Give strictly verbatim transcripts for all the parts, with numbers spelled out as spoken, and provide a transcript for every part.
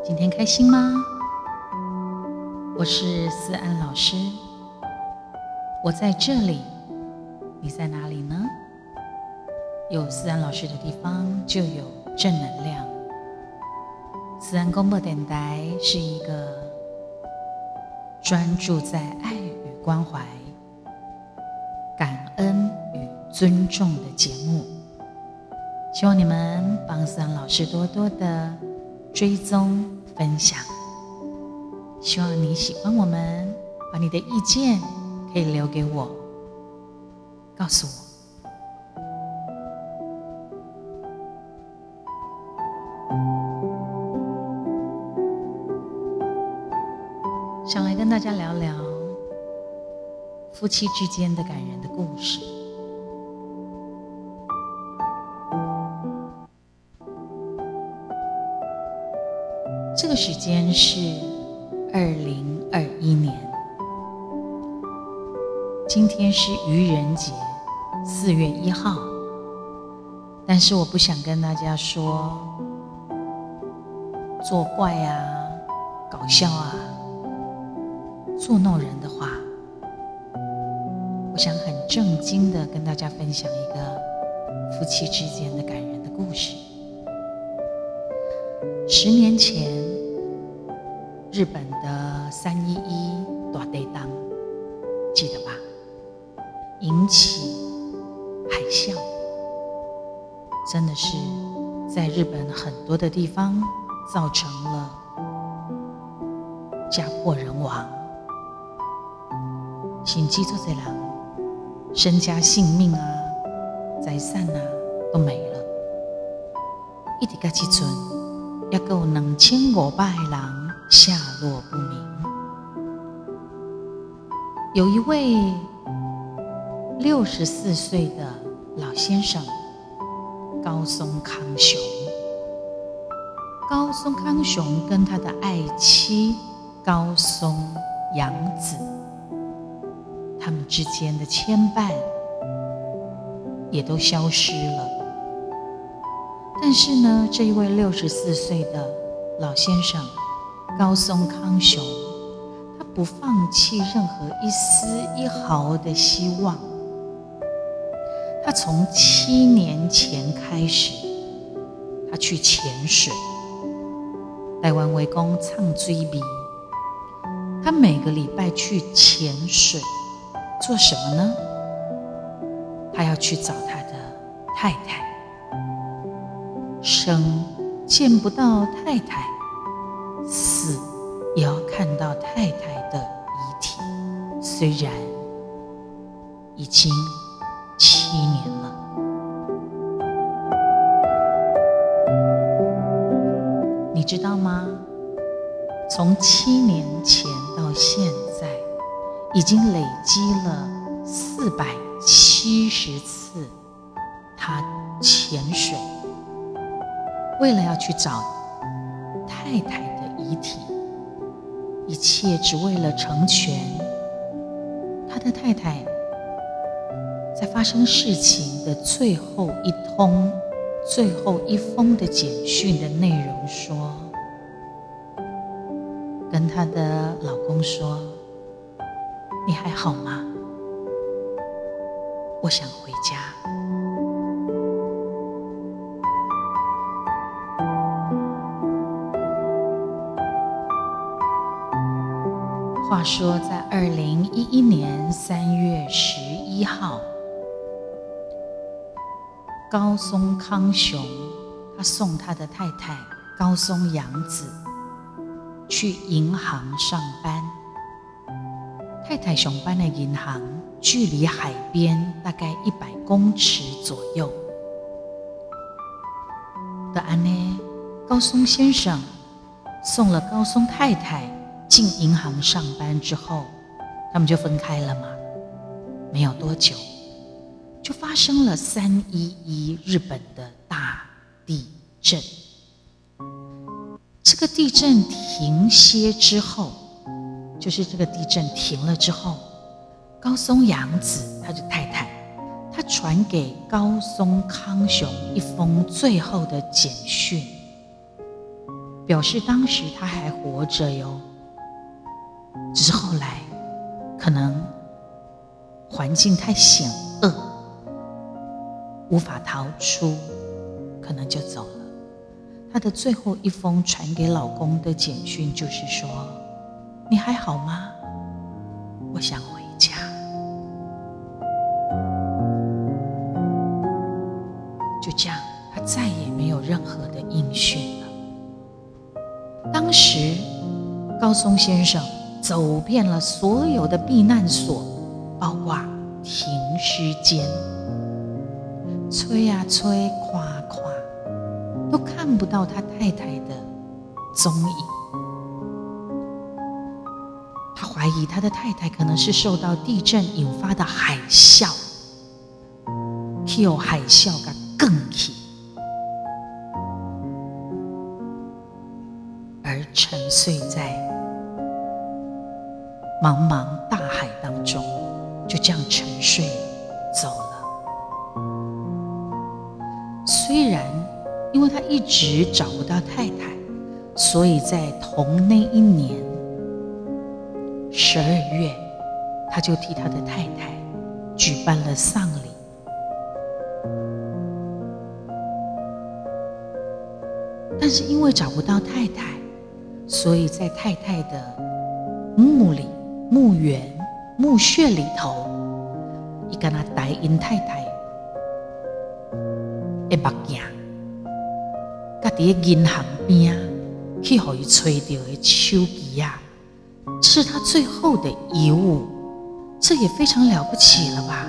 今天开心吗？我是思安老师，我在这里，你在哪里呢？有思安老师的地方就有正能量。思安广播电台是一个专注在爱与关怀、感恩与尊重的节目，希望你们帮思安老师多多的追踪分享。希望你喜欢我们，把你的意见可以留给我，告诉我。想来跟大家聊聊夫妻之间的感人的故事。这个时间是二零二一年，今天是愚人节，四月一号。但是我不想跟大家说作怪啊、搞笑啊、捉弄人的话。我想很正经的跟大家分享一个夫妻之间的感人的故事。十年前，日本的三一一大地震，记得吧？引起海啸，真的是在日本很多的地方造成了家破人亡，甚至做这人身家性命啊、财产啊都没了。一直到这阵，也有两千五百个人下落不明。有一位六十四岁的老先生高松康雄，高松康雄跟他的爱妻高松洋子，他们之间的牵绊也都消失了。但是呢，这一位六十四岁的老先生高松康雄，他不放弃任何一丝一毫的希望。他从七年前开始，他去潜水，台湾围攻唱追比，他每个礼拜去潜水，做什么呢？他要去找他的太太，生见不到太太，死也要看到太太的遗体。虽然已经七年了，你知道吗？从七年前到现在，已经累积了四百七十次他潜水，为了要去找太太的遗体，一切只为了成全他的太太。在发生事情的最后一通、最后一封的简讯的内容说，跟她的老公说：“你还好吗？我想回家。”话说，在二零一一年三月十一号，高松康雄他送他的太太高松洋子去银行上班。太太上班的银行距离海边大概一百公尺左右。的安呢，高松先生送了高松太太进银行上班之后，他们就分开了嘛。没有多久，就发生了三一一日本的大地震。这个地震停歇之后，就是这个地震停了之后，高松洋子他的太太，她传给高松康雄一封最后的简讯。 表示当时他还活着哟。只是后来可能环境太险恶，无法逃出，可能就走了。她的最后一封传给老公的简讯就是说：你还好吗？我想回家。就这样，她再也没有任何的音讯了。当时高松先生走遍了所有的避难所，包括停尸间，催啊催，夸啊夸，都看不到他太太的踪影。他怀疑他的太太可能是受到地震引发的海啸，有海啸给更起，而沉睡在茫茫大海当中，就这样沉睡了，走了。虽然因为他一直找不到太太，所以在同那一年十二月，他就替他的太太举办了丧礼。但是因为找不到太太，所以在太太的墓里、墓园、墓穴里头，伊跟他带因太太的目镜，甲伫银行边去互伊吹到的手机啊，这是他最后的遗物，这也非常了不起了吧？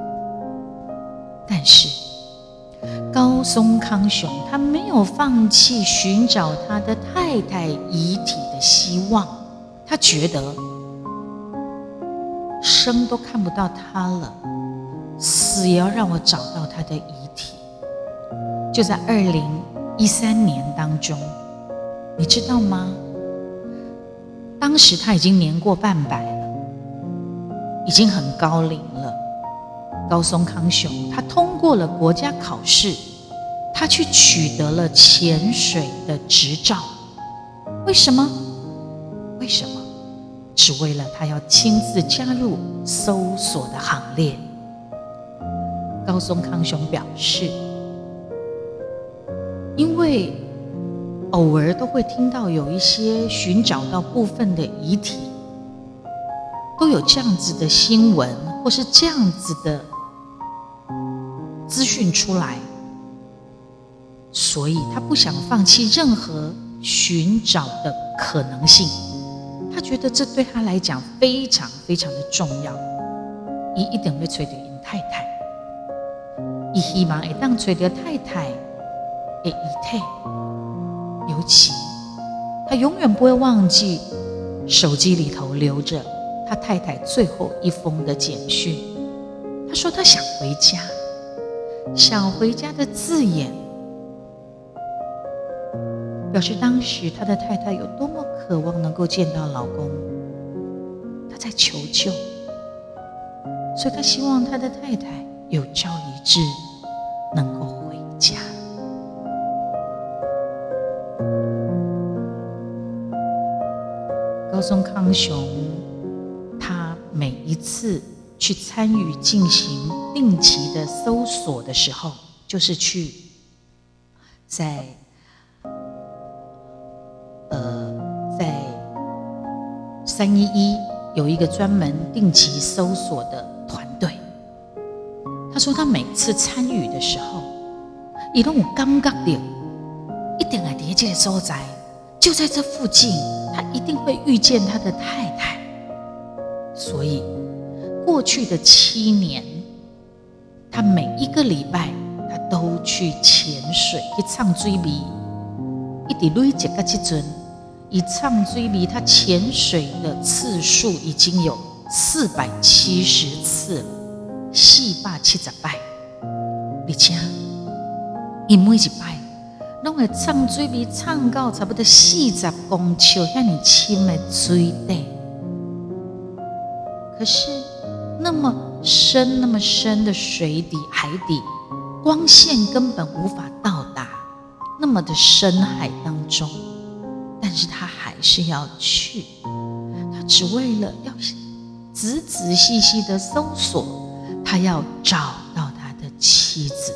但是高松康雄他没有放弃寻找他的太太遗体的希望，他觉得生都看不到他了，死也要让我找到他的遗体。就在二零一三年当中，你知道吗？当时他已经年过半百了，已经很高龄了。高松康雄他通过了国家考试，他去取得了潜水的执照。为什么？为什么？只为了他要亲自加入搜索的行列。高松康雄表示，因为偶尔都会听到有一些寻找到部分的遗体，都有这样子的新闻或是这样子的资讯出来，所以他不想放弃任何寻找的可能性。他觉得这对他来讲非常非常的重要，他一定要找到他太太，他希望会当找到太太的遗体。尤其他永远不会忘记手机里头留着他太太最后一封的简讯。他说他想回家，想回家的字眼表示当时他的太太有多么渴望能够见到老公，他在求救，所以他希望他的太太有朝一日能够回家。高松康雄他每一次去参与进行定期的搜索的时候，就是去在呃在三一一有一个专门定期搜索的团队。他说他每次参与的时候，他都有感觉到一定会在这个所在，就在这附近，他一定会遇见他的太太。所以过去的七年，他每一个礼拜他都去潜水，去唱水味，一直累积到这阵，以唱水味他潜水的次数已经有四百七十次了，四百七十摆，而且伊每一摆拢会唱水味唱到差不多四十公尺遐尼深的水底。可是那么深那么深的水底海底，光线根本无法到达。那么的深海当中， 但是他还是要去，他只为了要仔仔细细的搜索，他要找到他的妻子。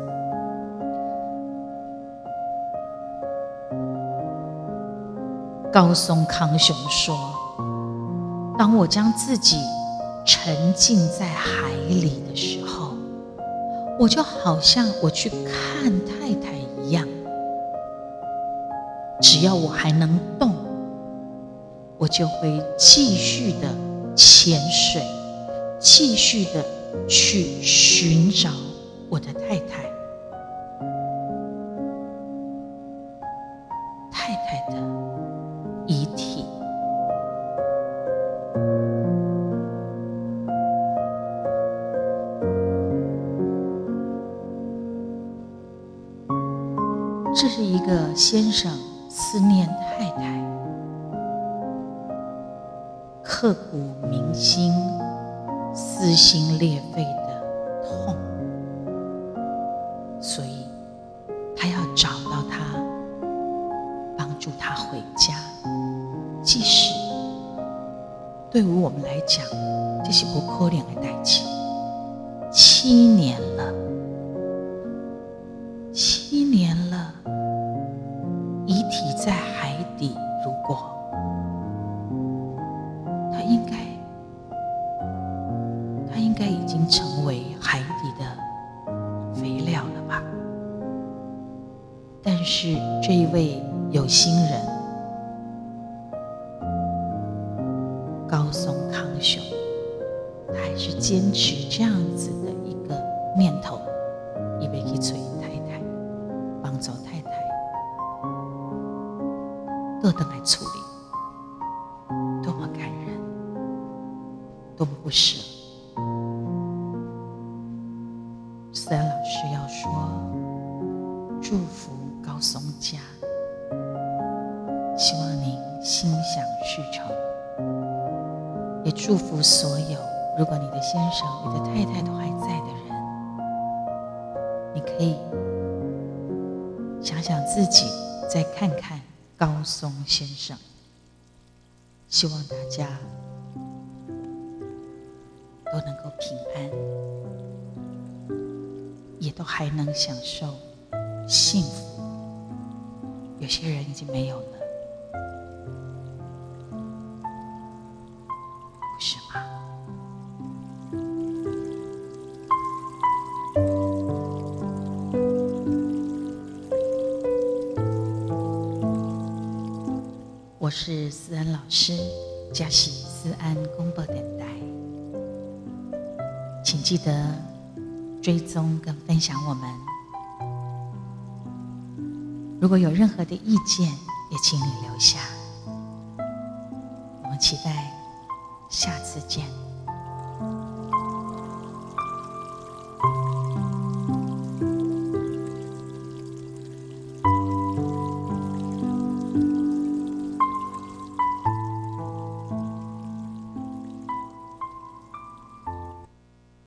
高松康雄说，当我将自己沉浸在海里的时候，我就好像我去看太太一样，只要我还能动，我就会继续的潜水，继续的去寻找我的太太。太太的遗体。这是一个先生思念太太，刻骨铭心、撕心裂肺的痛，所以他要找到他，帮助他回家。即使对于我们来讲，这是不可能的代志。七年了，七年了，遗体在海底，如果他应该，他应该已经成为海底的肥料了吧？但是这一位有心人高松康雄，他还是坚持这样子的一个念头，他要去找太太，帮助太太倒回来处理，多么感人，多么不舍。思安老师要说，祝福高松家，希望您心想事成，也祝福所有如果你的先生、你的太太都还在的人，你可以想想自己，再看看高松先生。希望大家都能够平安，也都还能享受幸福。有些人已经没有了，不是吗？我是思安老师，这是思安广播电台，请记得追踪跟分享我们。如果有任何的意见，也请你留下。我们期待下次见。